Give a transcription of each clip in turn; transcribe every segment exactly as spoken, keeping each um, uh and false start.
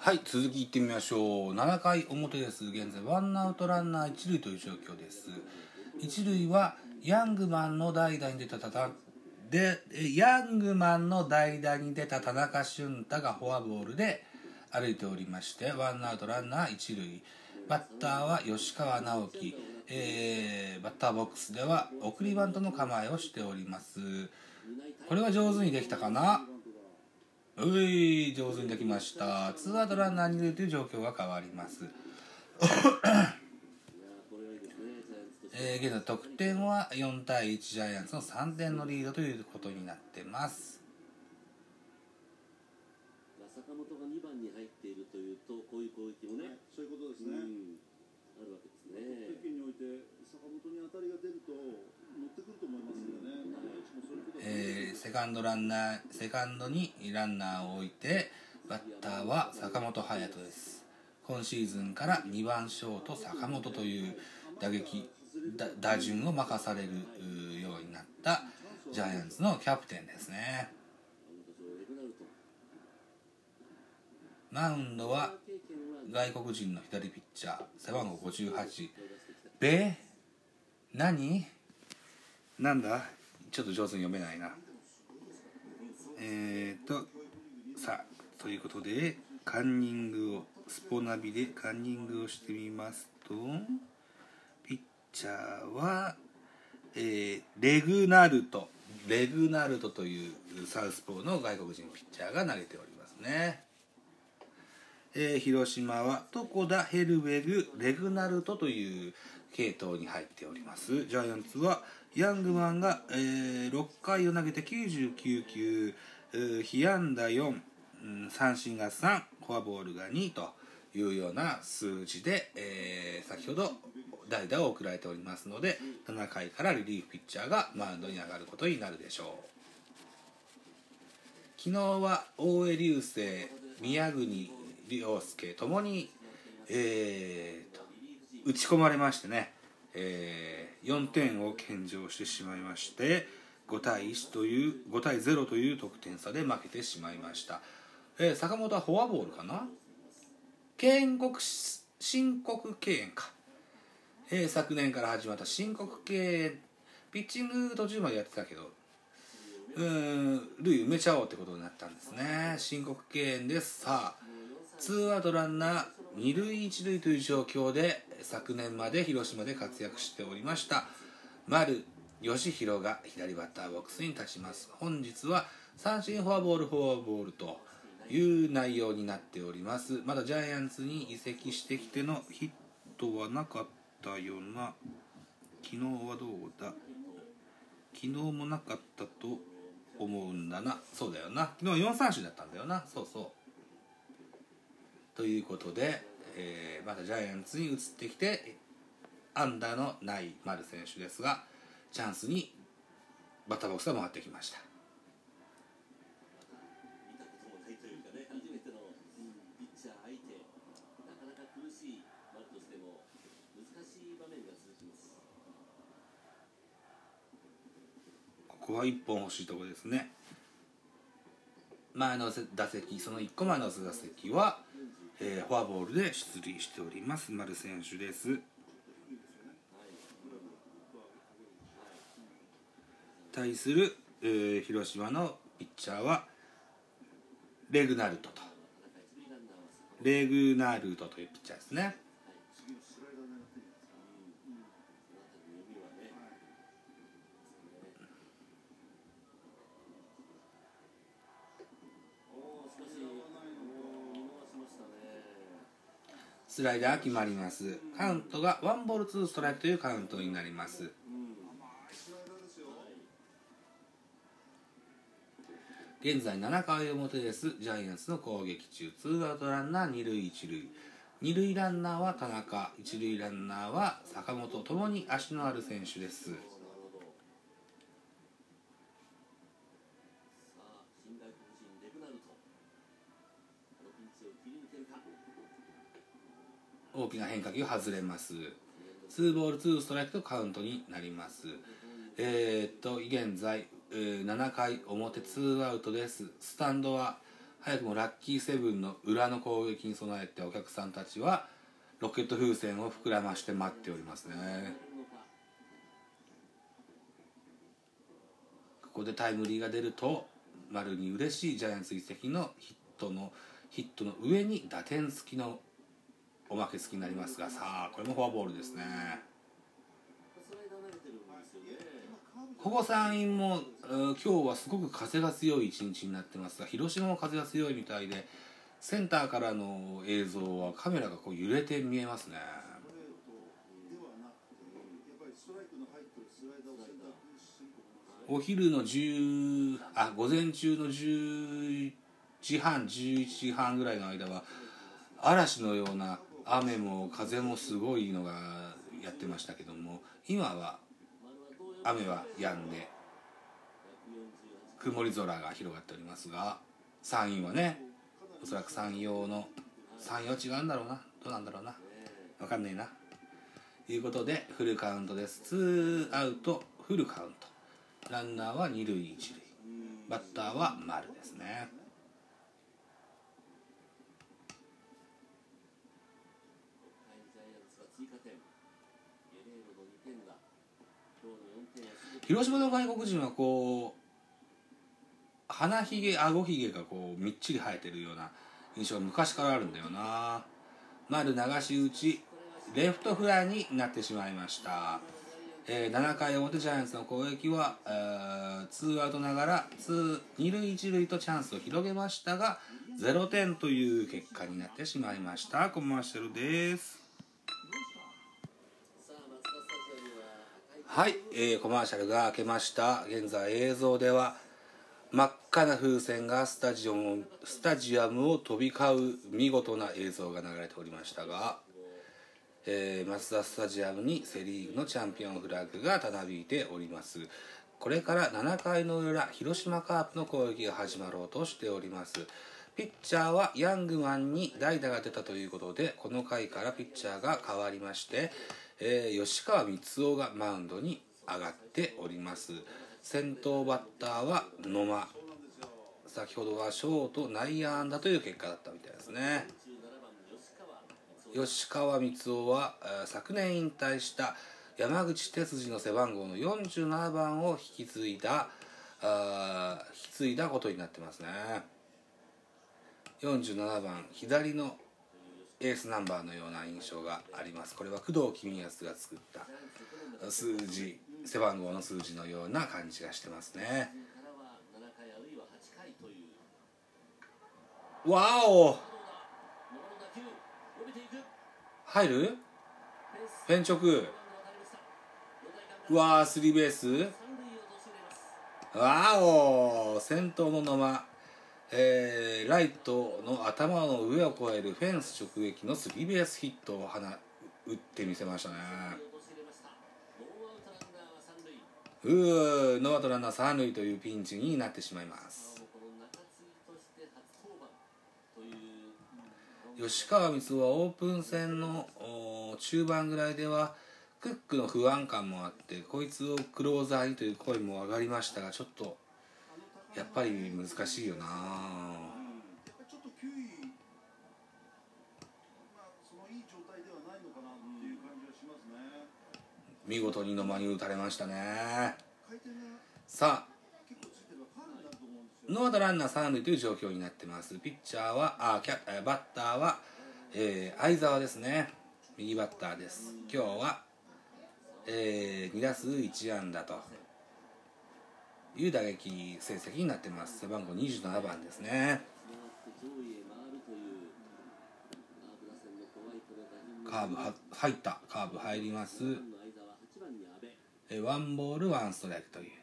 はい、続きいってみましょう。ななかい表です。現在ワンアウトランナー一塁という状況です。一塁はヤングマンの代打に出たたたでヤングマンの代打に出た田中俊太がフォアボールで歩いておりまして、ワンアウトランナー一塁、バッターは吉川直樹、えー、バッターボックスでは送りバントの構えをしております。これは上手にできたかな。うい、上手にできました。ツーアウトランナー二塁という状況が変わります。えー、現在得点はよんたいいち、ジャイアンツのさんてんのリードということになってます。 坂本がにばんに入っているというと、こういう攻撃もね、 そういうことですね、うん、 あるわけですね。 得点において坂本に当たりが出ると乗ってくると思いますんでね、 うん、えー、セカンドランナーセカンドにランナーを置いて、バッターは坂本勇人です。今シーズンからにばんショート坂本という打撃だ打順を任されるようになったジャイアンツのキャプテンですね。マウンドは外国人の左ピッチャー、背番号ごじゅうはち、ベ何なんだ、ちょっと上手に読めないな。えーとさあということでカンニングをスポナビでカンニングをしてみますと、ピッチャーは、えー、レグナルトレグナルトというサウスポーの外国人ピッチャーが投げておりますね。えー、広島は床田ヘルベグレグナルトという系統に入っております。ジャイアンツはヤングマンが、えー、ろっかいを投げてきゅうじゅうきゅうきゅう、被安打よん、三振がさん、フォアボールがにというような数字で、えー、先ほど代打を送られておりますので、ななかいからリリーフピッチャーがマウンドに上がることになるでしょう。昨日は大江竜聖、宮國凌介ともに、えー、と打ち込まれましてね、えー、よんてんを献上してしまいまして、ごたいいちというごたいゼロという得点差で負けてしまいました。えー、坂本はフォアボールかな、申告申告敬遠か、えー、昨年から始まった申告敬遠、ピッチング途中までやってたけど、うーん塁埋めちゃおうってことになったんですね。申告敬遠です。さあツーアウトランナー二塁一塁という状況で、昨年まで広島で活躍しておりました丸義弘が左バッターボックスに立ちます。本日は三振フォアボールフォアボールという内容になっております。まだジャイアンツに移籍してきてのヒットはなかったような、昨日はどうだ、昨日もなかったと思うんだな。そうだよな、昨日はよんさんしんだったんだよな。そうそうということで、えー、またジャイアンツに移ってきて安打のない丸選手ですが、チャンスにバッターボックスが回ってきました。 見たこともないというかね、初めてのピッチャー相手、なかなか苦しい丸としても難しい場面が続きます。 ここはいっぽん欲しいところですね。前の打席、そのいっこまえの打席はえー、フォアボールで出塁しております丸選手です。対する、えー、広島のピッチャーはレグナルトとレグナルトというピッチャーですね。スライダー決まります。カウントがワンボールツーストライクというカウントになります。現在ななかい表です。ジャイアンツの攻撃中、ツーアウトランナー二塁一塁、二塁ランナーは田中、一塁ランナーは坂本、ともに足のある選手です。大きな変化球外れます。ツーボールツーストライクとカウントになります。えー、っと現在ななかい表ツーアウトです。スタンドは早くもラッキーセブンの裏の攻撃に備えてお客さんたちはロケット風船を膨らまして待っておりますね。ここでタイムリーが出ると丸に嬉しいジャイアンツ移籍のヒットのヒットの上に打点付きのおまけ付きになりますが、さあこれもフォアボールですね。ここ山陰も今日はすごく風が強い一日になってますが、広島も風が強いみたいでセンターからの映像はカメラがこう揺れて見えますね。お昼の10あ午前中のじゅうじはんじゅういちじはんぐらいの間は嵐のような雨も風もすごいのがやってましたけども、今は雨は止んで曇り空が広がっておりますが、山陰はね、おそらく山陽の山陽違うんだろうな、どうなんだろうな、分かんねえなということでフルカウントです。ツーアウトフルカウント、ランナーは二塁一塁、バッターは丸ですね。広島の外国人はこう鼻ひげ顎ひげがこうみっちり生えてるような印象が昔からあるんだよな。丸流し打ちレフトフライになってしまいました。えー、ななかい表ジャイアンツの攻撃は、えー、ツーアウトながら二塁一塁とチャンスを広げましたがゼロてんという結果になってしまいました。コマーシャルです。はい、えー、コマーシャルが明けました。現在映像では真っ赤な風船がスタジオンスタジアムを飛び交う見事な映像が流れておりましたが、えー、マツダスタジアムにセリーグのチャンピオンフラッグがたなびいております。これからななかいの裏、広島カープの攻撃が始まろうとしております。ピッチャーはヤングマンに代打が出たということで、この回からピッチャーが変わりまして、えー、吉川光雄がマウンドに上がっております。先頭バッターは野間、先ほどはショート内野安打という結果だったみたいですね。吉川光雄は昨年引退した山口哲司の背番号のよんじゅうななばんを引き継いだあ引き継いだことになってますね。よんじゅうななばん左のエースナンバーのような印象があります。これは工藤公康が作った数字、背番号の数字のような感じがしてますね。わお、入る？変直。うわー、スリーベース。わお、先頭の野間、えー、ライトの頭の上を越えるフェンス直撃のスリーベースヒットを放打ってみせましたね。うー、ノーアウトランナー三塁というピンチになってしまいます。吉川光雄はオープン戦の中盤ぐらいではクックの不安感もあって、こいつをクローザーにという声も上がりましたが、ちょっとやっぱり難しいよな。 ちょっと球威、まあそのいい状態ではないのかなっていう感じがしますね。 見事に野間に打たれましたね。さあノーアウトランナー三塁という状況になってます。ピッチャーはあキャバッターは、えー、相澤ですね。右バッターです。今日は、えー、にだすういちあんだという打撃成績になってます。背番号にじゅうななばんですね。カーブは入ったカーブ入ります。えワンボールワンストライクという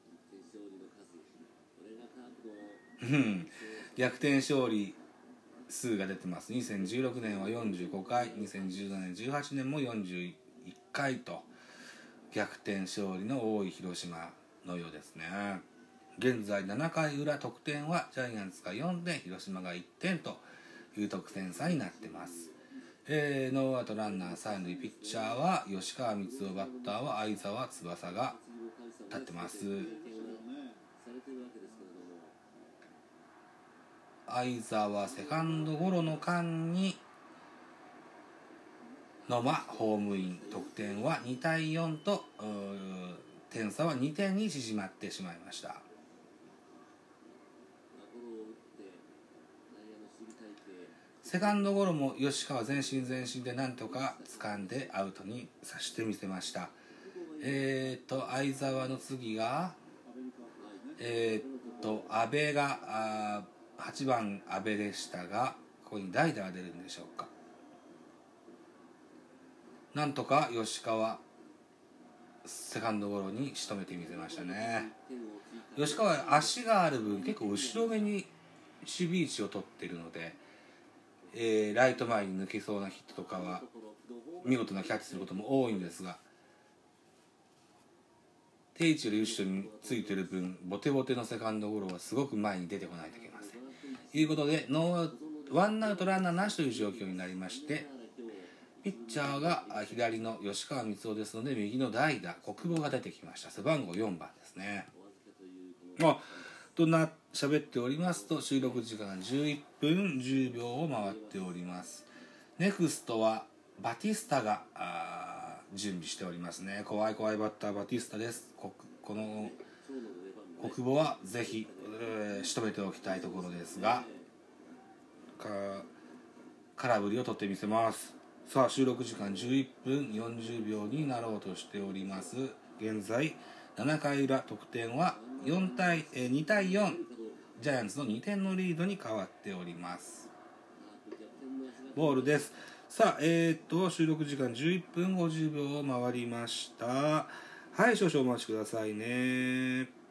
逆転勝利数が出てます。にせんじゅうろくねんはよんじゅうごかい、にせんじゅうななねんじゅうはちねんもよんじゅういっかいと逆転勝利の多い広島のようですね。現在ななかいうら得点はジャイアンツがよんてん、広島がいってんという得点差になってます。えー、ノーアウトランナー三塁、ピッチャーは吉川光雄、バッターは相澤翼が立ってます。 相澤セカンドゴロの間に野間ホームイン、得点はにたいよんと点差はにてんに縮まってしまいました。セカンドゴロも吉川全身全身でなんとか掴んでアウトにさしてみせました。えー、と相澤の次がえー、と阿部があはちばん阿部でしたが、ここに代打が出るんでしょうか。なんとか吉川セカンドゴロに仕留めてみせましたね。吉川は足がある分結構後ろ目に守備位置を取っているので、えー、ライト前に抜けそうなヒットとかは見事なキャッチすることも多いんですが、定位置より後ろについている分ボテボテのセカンドゴロはすごく前に出てこないといけません。ということでノーアウトワンアウトランナーなしという状況になりまして、ピッチャーが左の吉川光雄ですので、右の代打国保が出てきました。背番号よんばんですね。あとな喋っておりますと、収録時間じゅういっぷんじゅうびょうを回っております。ネクストはバティスタが準備しておりますね。怖い怖いバッターバティスタです。こ, この国保はぜひ、えー、仕留めておきたいところですが、か空振りを取ってみせます。さあ収録時間じゅういっぷんよんじゅうびょうになろうとしております。現在ななかい裏、得点はよん対、えー、にたいよん、ジャイアンツのにてんのリードに変わっております。ボールです。さあえー、っと収録時間じゅういっぷんごじゅうびょうを回りました。はい、少々お待ちくださいね。